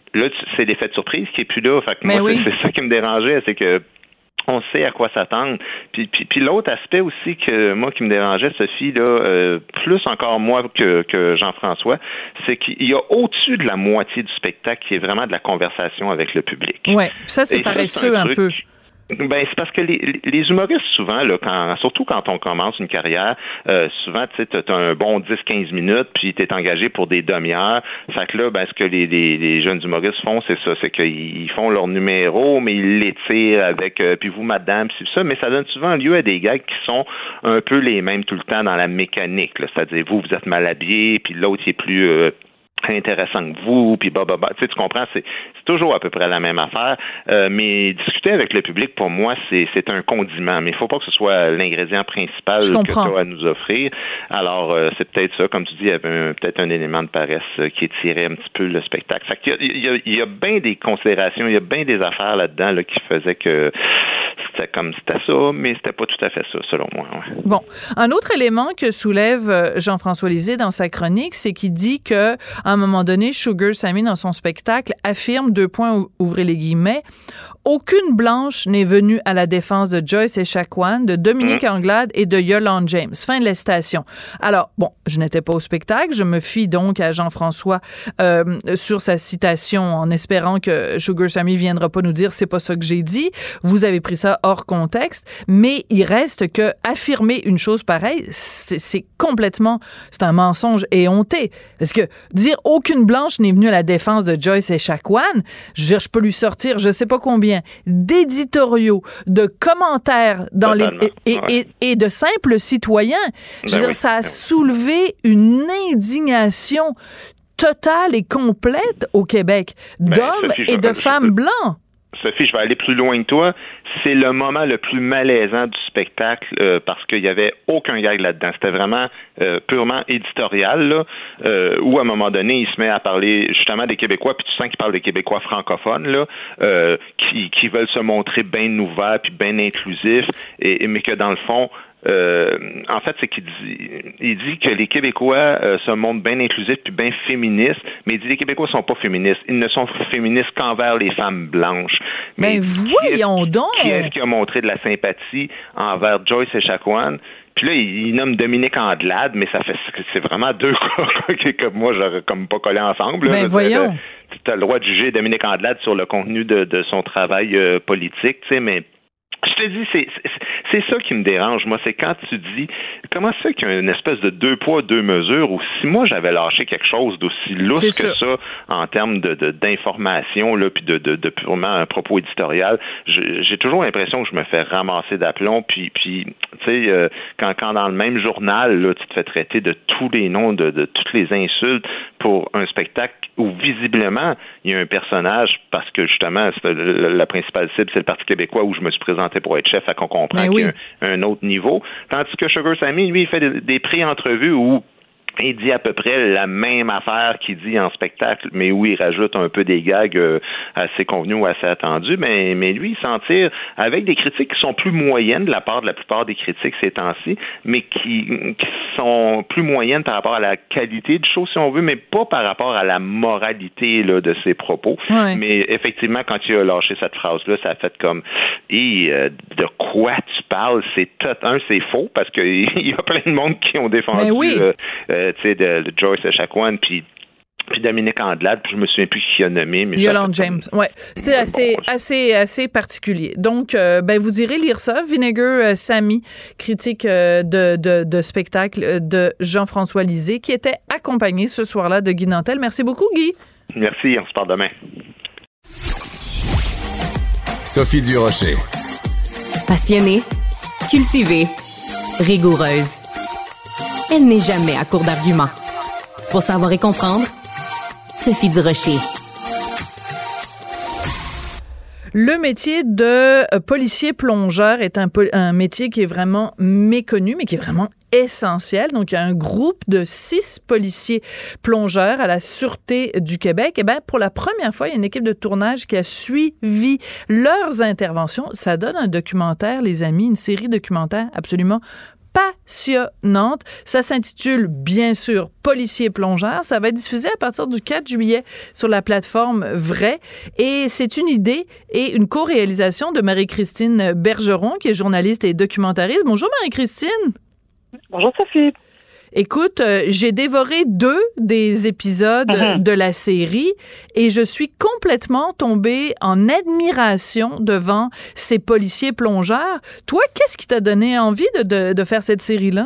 là, c'est l'effet de surprise qui est plus là. Fait que moi, oui. c'est, c'est ça qui me dérangeait, c'est que on sait à quoi s'attendre. Puis, puis, puis l'autre aspect aussi que moi qui me dérangeait, Sophie, là, euh, plus encore moi que, que Jean-François, c'est qu'il y a au-dessus de la moitié du spectacle qui est vraiment de la conversation avec le public. Oui, ça c'est Et paresseux ça, un, un peu. Ben c'est parce que les, les humoristes souvent là, quand surtout quand on commence une carrière, euh, souvent tu sais t'as un bon dix à quinze minutes puis t'es engagé pour des demi-heures. Fait que là ben ce que les, les, les jeunes humoristes font c'est ça, c'est qu'ils font leur numéro mais ils l'étirent avec euh, puis vous madame puis ça, mais ça donne souvent lieu à des gags qui sont un peu les mêmes tout le temps dans la mécanique. Là. C'est-à-dire vous vous êtes mal habillé puis l'autre il est plus euh, intéressant que vous, puis bah, bah, bah. Tu sais, tu comprends, c'est, c'est toujours à peu près la même affaire, euh, mais discuter avec le public, pour moi, c'est, c'est un condiment, mais il faut pas que ce soit l'ingrédient principal que tu as à nous offrir. Alors, euh, c'est peut-être ça, comme tu dis, il y avait un, peut-être un élément de paresse euh, qui étirait un petit peu le spectacle. Fait qu'il y a, il y a, il y a bien des considérations, il y a bien des affaires là-dedans là, qui faisaient que c'était comme c'était ça, mais c'était pas tout à fait ça, selon moi. Ouais. Bon, un autre élément que soulève Jean-François Lisée dans sa chronique, c'est qu'il dit que à un moment donné, Sugar Sammy, dans son spectacle, affirme, deux points, ouvrez les guillemets, aucune blanche n'est venue à la défense de Joyce Echaquan, de Dominique mmh. Anglade et de Yolande James. Fin de la citation. Alors, bon, je n'étais pas au spectacle, je me fie donc à Jean-François euh, sur sa citation en espérant que Sugar Sammy viendra pas nous dire c'est pas ça que j'ai dit. Vous avez pris ça hors contexte, mais il reste que affirmer une chose pareille, c'est, c'est complètement, c'est un mensonge éhonté. Parce que dire aucune blanche n'est venue à la défense de Joyce Echaquan, je veux dire, je peux lui sortir je sais pas combien d'éditoriaux, de commentaires dans les, et, ouais. et, et de simples citoyens. Je veux ben dire, oui, ça a ben soulevé une indignation totale et complète au Québec ben, d'hommes Sophie, et de femmes blancs. Sophie, je vais aller plus loin que toi. C'est le moment le plus malaisant du spectacle euh, parce qu'il n'y avait aucun gag là-dedans. C'était vraiment euh, purement éditorial, là, euh, où à un moment donné, il se met à parler justement des Québécois, puis tu sens qu'il parle des Québécois francophones, là, euh, qui, qui veulent se montrer bien ouverts puis bien inclusifs, et, mais que dans le fond, Euh, en fait, c'est qu'il dit, il dit que les Québécois euh, se montrent bien inclusifs puis bien féministes, mais il dit que les Québécois sont pas féministes. Ils ne sont féministes qu'envers les femmes blanches. Mais, mais voyons qui donc! Qui est-ce qui a montré de la sympathie envers Joyce Echaquan? Puis là, il, il nomme Dominique Anglade, mais ça fait c'est vraiment deux cas que moi, j'aurais comme pas collé ensemble. Ben voyons! Tu as le droit de juger Dominique Anglade sur le contenu de, de son travail euh, politique, tu sais, mais je te dis, c'est, c'est, c'est ça qui me dérange, moi, c'est quand tu dis, comment c'est qu'il y a une espèce de deux poids, deux mesures, où si moi j'avais lâché quelque chose d'aussi lousse que ça. ça en termes de, de, d'information, là, puis de, de, de purement un propos éditorial, je, j'ai toujours l'impression que je me fais ramasser d'aplomb, puis, puis tu sais, euh, quand, quand dans le même journal, là, tu te fais traiter de tous les noms, de, de toutes les insultes pour un spectacle où visiblement, il y a un personnage, parce que justement, c'est la, la principale cible, c'est le Parti québécois où je me suis présenté pour être chef, à qu'on comprend qu'il y a un, un autre niveau. Tandis que Sugar Sammy, lui, il fait des, des pré-entrevues où il dit à peu près la même affaire qu'il dit en spectacle, mais où il rajoute un peu des gags euh, assez convenus ou assez attendus. Mais, mais lui, il s'en tire avec des critiques qui sont plus moyennes de la part de la plupart des critiques ces temps-ci, mais qui, qui sont plus moyennes par rapport à la qualité du show, si on veut, mais pas par rapport à la moralité là, de ses propos. Ouais. Mais effectivement, quand il a lâché cette phrase-là, ça a fait comme et euh, de quoi tu parles? C'est tout un, c'est faux, parce qu'il y a plein de monde qui ont défendu oui. euh, euh, tu sais, de, de Joyce Echaquan, puis puis Dominique Anglade, puis je me souviens plus qui a nommé. Mais Yolande James, ouais. C'est bon, assez, bon. assez, assez particulier. Donc, euh, ben, vous irez lire ça. Vinegar euh, Sammy, critique euh, de, de, de spectacle euh, de Jean-François Lisée, qui était accompagné ce soir-là de Guy Nantel. Merci beaucoup, Guy. Merci, on se parle demain. Sophie Durocher. Passionnée, cultivée, rigoureuse. Elle n'est jamais à court d'arguments. Pour savoir et comprendre, Sophie Durocher. Le métier de policier plongeur est un, un métier qui est vraiment méconnu, mais qui est vraiment essentiel. Donc, il y a un groupe de six policiers plongeurs à la Sûreté du Québec. Et bien, pour la première fois, il y a une équipe de tournage qui a suivi leurs interventions. Ça donne un documentaire, les amis, une série documentaire absolument passionnante. Ça s'intitule, bien sûr, Policiers plongeurs. Ça va être diffusé à partir du quatre juillet sur la plateforme Vrai. Et c'est une idée et une co-réalisation de Marie-Christine Bergeron, qui est journaliste et documentariste. Bonjour Marie-Christine. Bonjour Sophie. Écoute, euh, j'ai dévoré deux des épisodes mm-hmm. de la série et je suis complètement tombée en admiration devant ces policiers plongeurs. Toi, qu'est-ce qui t'a donné envie de, de, de faire cette série-là?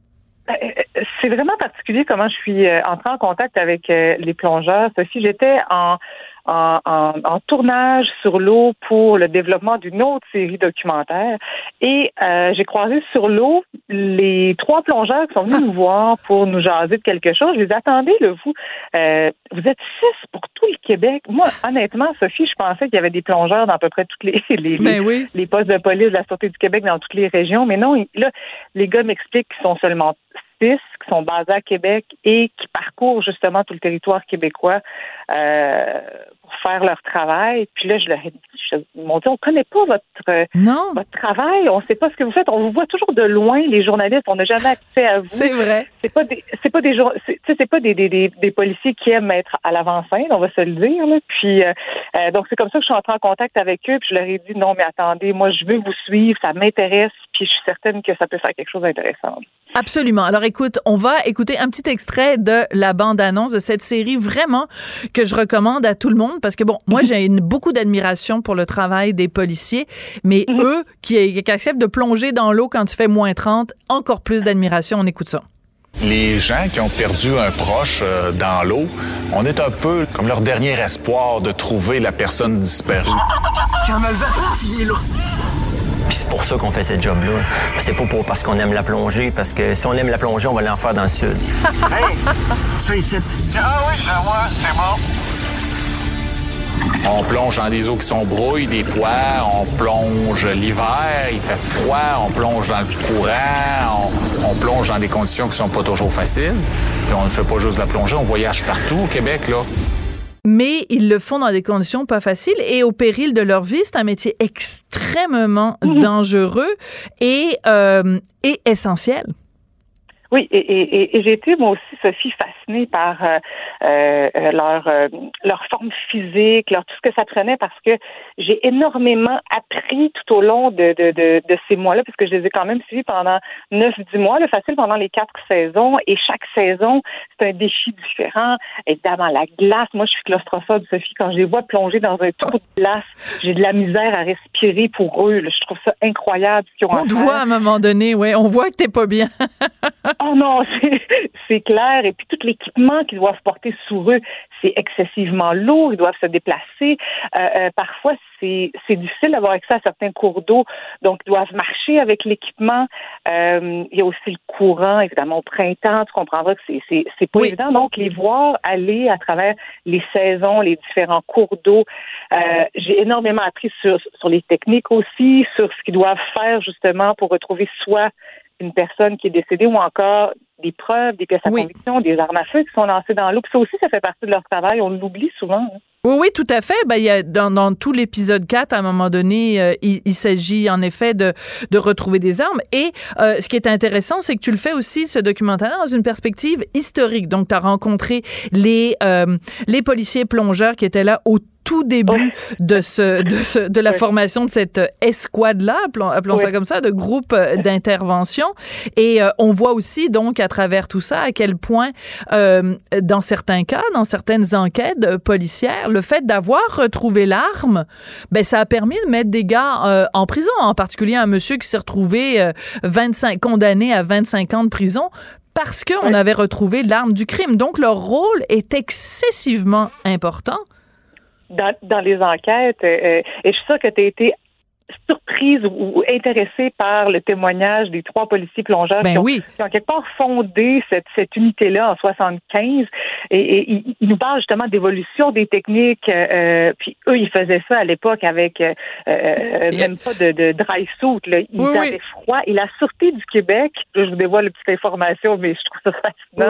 C'est vraiment particulier comment je suis entrée en contact avec les plongeurs. Sophie, j'étais en... En, en, en tournage sur l'eau pour le développement d'une autre série documentaire. Et euh, j'ai croisé sur l'eau les trois plongeurs qui sont venus nous voir pour nous jaser de quelque chose. Je les attendais, là, vous. Euh, vous êtes six pour tout le Québec. Moi, honnêtement, Sophie, je pensais qu'il y avait des plongeurs dans à peu près toutes les les, les, oui. les postes de police de la Sûreté du Québec dans toutes les régions. Mais non, là, les gars m'expliquent qu'ils sont seulement six, qui sont basés à Québec et qui parcourent justement tout le territoire québécois euh, pour faire leur travail. Puis là, je leur ai dit, ils m'ont dit, on connaît pas votre, non. votre travail, on sait pas ce que vous faites, on vous voit toujours de loin, les journalistes, on n'a jamais accès à vous. C'est vrai. C'est pas des, c'est pas des, c'est, c'est pas des, des, des, des policiers qui aiment être à l'avant-scène, on va se le dire, là. Puis, euh, euh, donc c'est comme ça que je suis entrée en contact avec eux, puis je leur ai dit, non, mais attendez, moi, je veux vous suivre, ça m'intéresse, puis je suis certaine que ça peut faire quelque chose d'intéressant. Absolument. Alors, écoute, on va écouter un petit extrait de la bande-annonce de cette série, vraiment, que je recommande à tout le monde, parce que, bon, moi, j'ai une, beaucoup d'admiration pour le travail des policiers, mais mm-hmm. eux, qui, qui acceptent de plonger dans l'eau quand il fait moins trente, encore plus d'admiration. On écoute ça. Les gens qui ont perdu un proche euh, dans l'eau, on est un peu comme leur dernier espoir de trouver la personne disparue. Il est là. Puis c'est pour ça qu'on fait ce job-là. C'est pas pour parce qu'on aime la plongée, parce que si on aime la plongée, on va l'en faire dans le sud. Hey! Ça ici. Ah oui, je vois, c'est bon. On plonge dans des eaux qui sont brouilles des fois, on plonge l'hiver, il fait froid, on plonge dans le courant, on, on plonge dans des conditions qui sont pas toujours faciles. Puis on ne fait pas juste la plongée, on voyage partout au Québec, là. Mais ils le font dans des conditions pas faciles et au péril de leur vie. C'est un métier extrêmement mmh. dangereux et, euh, et essentiel. Oui, et, et, et j'ai été, moi aussi, Sophie, fascinée par euh, euh, leur euh, leur forme physique, leur tout ce que ça prenait, parce que j'ai énormément appris tout au long de, de, de, de ces mois-là, parce que je les ai quand même suivis pendant neuf, dix mois, là, facile pendant les quatre saisons, et chaque saison, c'est un défi différent. Évidemment, la glace, moi, je suis claustrophobe, Sophie, quand je les vois plonger dans un trou de glace, j'ai de la misère à respirer pour eux, là. Je trouve ça incroyable ce qu'ils ont à faire. On te voit à un moment donné, ouais, on voit que t'es pas bien. Oh non, c'est, c'est clair. Et puis tout l'équipement qu'ils doivent porter sur eux, c'est excessivement lourd. Ils doivent se déplacer. Euh, euh, parfois, c'est, c'est difficile d'avoir accès à certains cours d'eau. Donc, ils doivent marcher avec l'équipement. Euh, il y a aussi le courant, évidemment, au printemps. Tu comprendras que c'est, c'est, c'est pas oui. évident. Donc, les voir aller à travers les saisons, les différents cours d'eau. Euh, j'ai énormément appris sur, sur les techniques aussi, sur ce qu'ils doivent faire justement pour retrouver soit une personne qui est décédée ou encore des preuves, des pièces à oui. conviction, des armes à feu qui sont lancées dans l'eau. Puis ça aussi, ça fait partie de leur travail. On l'oublie souvent. Hein. Oui, oui, tout à fait. Ben, il y a, dans, dans tout l'épisode quatre, à un moment donné, euh, il, il s'agit en effet de, de retrouver des armes. Et euh, ce qui est intéressant, c'est que tu le fais aussi, ce documentaire, dans une perspective historique. Donc, tu as rencontré les, euh, les policiers plongeurs qui étaient là au tout début oh. de ce de ce de la oui. formation de cette escouade-là, appelons, appelons oui. ça comme ça, de groupe d'intervention. Et euh, on voit aussi donc à travers tout ça à quel point, euh, dans certains cas, dans certaines enquêtes policières, le fait d'avoir retrouvé l'arme, ben ça a permis de mettre des gars euh, en prison, en particulier un monsieur qui s'est retrouvé euh, vingt-cinq condamné à vingt-cinq ans de prison parce qu'on oui. avait retrouvé l'arme du crime. Donc leur rôle est excessivement important. Dans, dans les enquêtes, euh, et je suis sûre que tu as été surprise ou, ou intéressée par le témoignage des trois policiers plongeurs ben qui, ont, oui. qui ont quelque part fondé cette, cette unité-là en soixante-quinze. Et, et ils, ils nous parlent justement d'évolution des techniques. Euh, puis eux, ils faisaient ça à l'époque avec euh, euh, même pas de, de dry suit. Là. Ils oui, avaient oui. froid. Et la Sûreté du Québec, là, je vous dévoile une petite information, mais je trouve ça fascinant. Oui.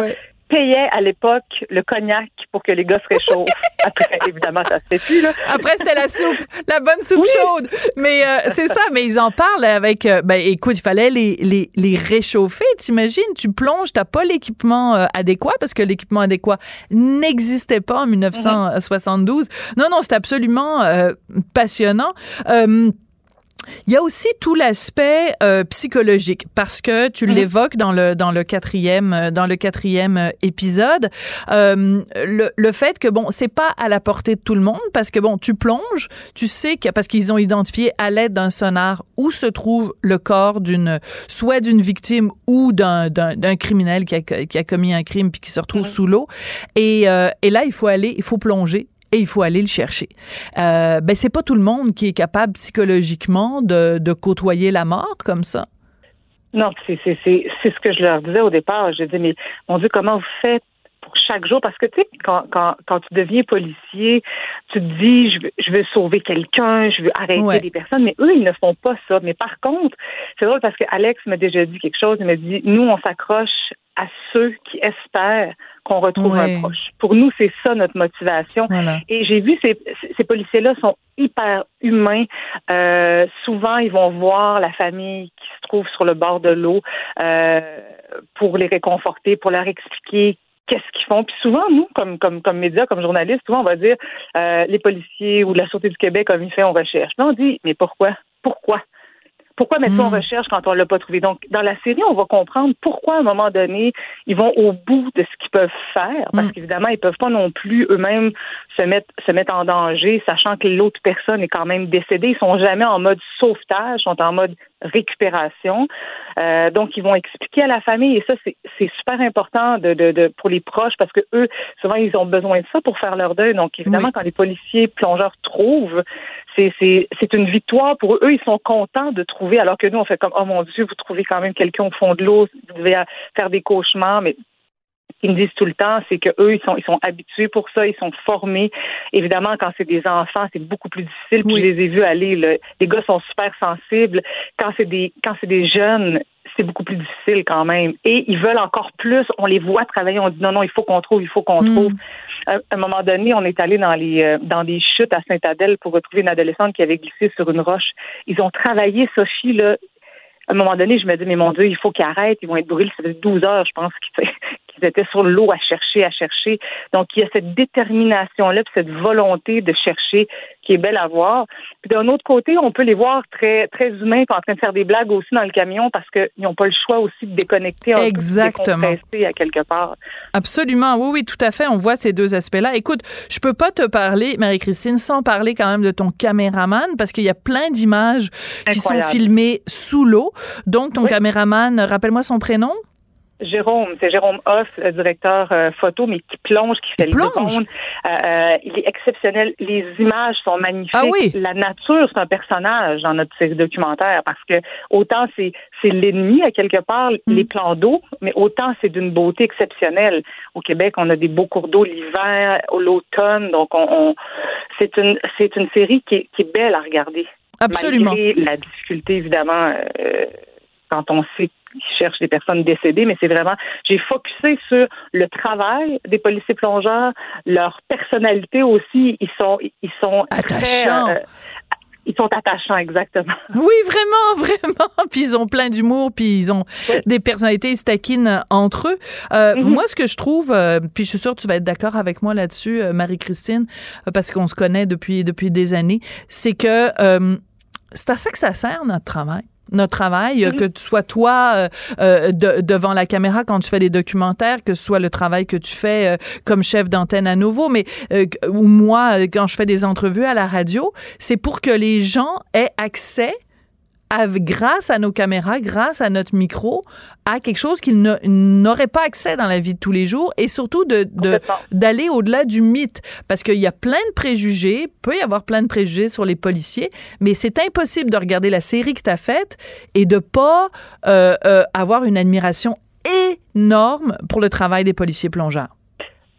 payait à l'époque le cognac pour que les gars se réchauffent. Après, évidemment, ça se fait plus, là. Après, c'était la soupe, la bonne soupe oui. chaude. Mais euh, c'est ça, mais ils en parlent avec... Euh, ben écoute, il fallait les, les, les réchauffer. T'imagines, tu plonges, t'as pas l'équipement euh, adéquat, parce que l'équipement adéquat n'existait pas en dix-neuf cent soixante-douze. Mm-hmm. Non, non, c'est absolument euh, passionnant. Euh, Il y a aussi tout l'aspect euh, psychologique, parce que tu mmh. l'évoques dans le dans le quatrième dans le quatrième épisode, euh, le le fait que bon, c'est pas à la portée de tout le monde, parce que bon, tu plonges, tu sais que parce qu'ils ont identifié à l'aide d'un sonar où se trouve le corps d'une soit d'une victime ou d'un d'un, d'un criminel qui a qui a commis un crime puis qui se retrouve mmh. sous l'eau, et euh, et là il faut aller, il faut plonger. Et il faut aller le chercher. Euh, ben c'est pas tout le monde qui est capable psychologiquement de, de côtoyer la mort comme ça. Non, c'est c'est c'est c'est ce que je leur disais au départ. Je disais mais mon Dieu, comment vous faites pour chaque jour? Parce que tu sais, quand quand quand tu deviens policier, tu te dis je veux je veux sauver quelqu'un, je veux arrêter ouais. des personnes, mais eux ils ne font pas ça. Mais par contre, c'est drôle parce que Alex m'a déjà dit quelque chose. Il m'a dit nous on s'accroche à ceux qui espèrent qu'on retrouve ouais. un proche. Pour nous, c'est ça notre motivation. Voilà. Et j'ai vu ces, ces policiers-là sont hyper humains. Euh, souvent, ils vont voir la famille qui se trouve sur le bord de l'eau euh, pour les réconforter, pour leur expliquer qu'est-ce qu'ils font. Puis souvent, nous, comme comme comme médias, comme journalistes, souvent on va dire euh, les policiers ou la Sûreté du Québec, comme ils font, on recherche. Là, on dit, mais pourquoi? Pourquoi? Pourquoi mettre ça en recherche quand on l'a pas trouvé? Donc, dans la série, on va comprendre pourquoi, à un moment donné, ils vont au bout de ce qu'ils peuvent faire, parce mm. qu'évidemment, ils peuvent pas non plus eux-mêmes se mettre se mettre en danger, sachant que l'autre personne est quand même décédée. Ils sont jamais en mode sauvetage, ils sont en mode récupération. Euh, donc, ils vont expliquer à la famille, et ça, c'est, c'est super important de, de, de pour les proches, parce que eux, souvent, ils ont besoin de ça pour faire leur deuil. Donc, évidemment, oui. quand les policiers plongeurs trouvent, c'est, c'est, c'est une victoire pour eux. Eux, ils sont contents de trouver, alors que nous, on fait comme, oh mon Dieu, vous trouvez quand même quelqu'un au fond de l'eau, vous devez faire des cauchemars, mais ils me disent tout le temps, c'est que eux, ils sont, ils sont habitués pour ça, ils sont formés. Évidemment, quand c'est des enfants, c'est beaucoup plus difficile. Puis oui. je les ai vus aller, là, les gars sont super sensibles. Quand c'est des, quand c'est des jeunes, c'est beaucoup plus difficile quand même. Et ils veulent encore plus. On les voit travailler. On dit non, non, il faut qu'on trouve, il faut qu'on mmh. trouve. À un moment donné, on est allé dans les euh, dans des chutes à Sainte-Adèle pour retrouver une adolescente qui avait glissé sur une roche. Ils ont travaillé, Sophie, là. À un moment donné, je me dis, mais mon Dieu, il faut qu'ils arrêtent, ils vont être brûlés. Ça fait douze heures, je pense, qu'ils, qu'ils étaient sur l'eau à chercher, à chercher. Donc, il y a cette détermination-là, puis cette volonté de chercher qui est belle à voir. Puis d'un autre côté, on peut les voir très très humains, puis en train de faire des blagues aussi dans le camion, parce qu'ils n'ont pas le choix aussi de déconnecter, un Exactement. peu, de décompresser à quelque part. Absolument, oui, oui, tout à fait. On voit ces deux aspects-là. Écoute, je peux pas te parler, Marie-Christine, sans parler quand même de ton caméraman, parce qu'il y a plein d'images qui Incroyable. sont filmées sous l'eau. Donc, ton oui. caméraman, rappelle-moi son prénom? Jérôme, c'est Jérôme Hoff, le directeur euh, photo, mais qui plonge, qui fait plonge. le drone. Euh, il est exceptionnel. Les images sont magnifiques. Ah oui? La nature, c'est un personnage dans notre série documentaire, parce que autant c'est c'est l'ennemi à quelque part, mm. les plans d'eau, mais autant c'est d'une beauté exceptionnelle. Au Québec, on a des beaux cours d'eau l'hiver, l'automne, donc on, on c'est une c'est une série qui est, qui est belle à regarder. Absolument. Malgré la difficulté, évidemment, euh, quand on sait qu'ils cherchent des personnes décédées, mais c'est vraiment, j'ai focusé sur le travail des policiers plongeurs, leur personnalité aussi, ils sont, ils sont attachants. Très, euh, ils sont attachants, exactement. Oui, vraiment, vraiment. Puis ils ont plein d'humour, puis ils ont oui. des personnalités, ils se taquinent entre eux. Euh, mm-hmm. Moi, ce que je trouve, euh, puis je suis sûre que tu vas être d'accord avec moi là-dessus, euh, Marie-Christine, euh, parce qu'on se connaît depuis depuis des années, c'est que euh, c'est à ça que ça sert, notre travail. Notre travail, mm-hmm. que tu sois toi euh, euh, de, devant la caméra quand tu fais des documentaires, que ce soit le travail que tu fais euh, comme chef d'antenne à Nouveau, mais euh, ou moi, quand je fais des entrevues à la radio, c'est pour que les gens aient accès à, grâce à nos caméras, grâce à notre micro, à quelque chose qu'ils ne, n'auraient pas accès dans la vie de tous les jours, et surtout de, de d'aller au-delà du mythe, parce qu'il y a plein de préjugés, peut y avoir plein de préjugés sur les policiers, mais c'est impossible de regarder la série que tu as faite et de pas euh, euh, avoir une admiration énorme pour le travail des policiers plongeurs.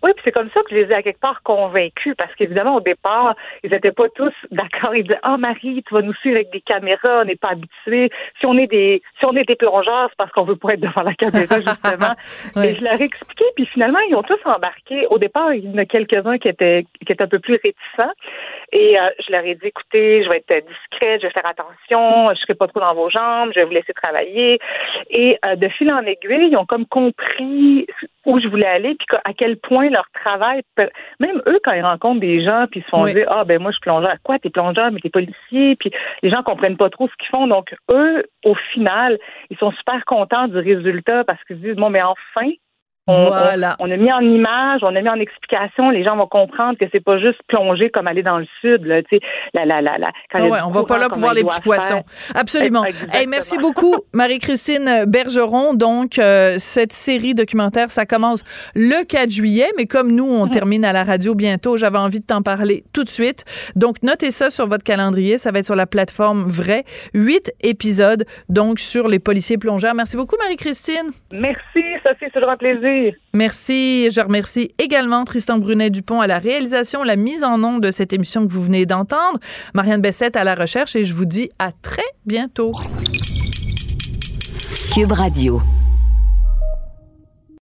Oui, puis c'est comme ça que je les ai à quelque part convaincus, parce qu'évidemment, au départ, ils n'étaient pas tous d'accord. Ils disaient « Ah, Marie, tu vas nous suivre avec des caméras, on n'est pas habitués. Si on est des si on est des plongeurs, c'est parce qu'on veut pas être devant la caméra, justement. » oui. Et je leur ai expliqué, puis finalement, ils ont tous embarqué. Au départ, il y en a quelques-uns qui étaient qui étaient un peu plus réticents. Et euh, je leur ai dit « Écoutez, je vais être discrète, je vais faire attention, je serai pas trop dans vos jambes, je vais vous laisser travailler. » Et euh, de fil en aiguille, ils ont comme compris où je voulais aller, puis à quel point leur travail, même eux, quand ils rencontrent des gens, puis ils se font oui. dire, ah, ben moi, je suis plongeur. Quoi, t'es plongeur, mais t'es policier, puis les gens comprennent pas trop ce qu'ils font. Donc, eux, au final, ils sont super contents du résultat parce qu'ils se disent, bon, mais enfin, On, voilà. on, on a mis en image, on a mis en explication, les gens vont comprendre que c'est pas juste plonger comme aller dans le sud, là, tu sais, la, la, la, la, quand oh ouais, on va pas là pour voir les petits poissons. Absolument. Hey, merci beaucoup, Marie-Christine Bergeron. Donc, euh, cette série documentaire, ça commence le quatre juillet, mais comme nous, on mmh. termine à la radio bientôt, j'avais envie de t'en parler tout de suite. Donc, notez ça sur votre calendrier, ça va être sur la plateforme Vrai. Huit épisodes, donc, sur les policiers plongeurs. Merci beaucoup, Marie-Christine. Merci, Sophie, c'est toujours un plaisir. Merci. Je remercie également Tristan Brunet-Dupont à la réalisation, la mise en onde de cette émission que vous venez d'entendre. Marianne Bessette à la recherche et je vous dis à très bientôt. Cube Radio.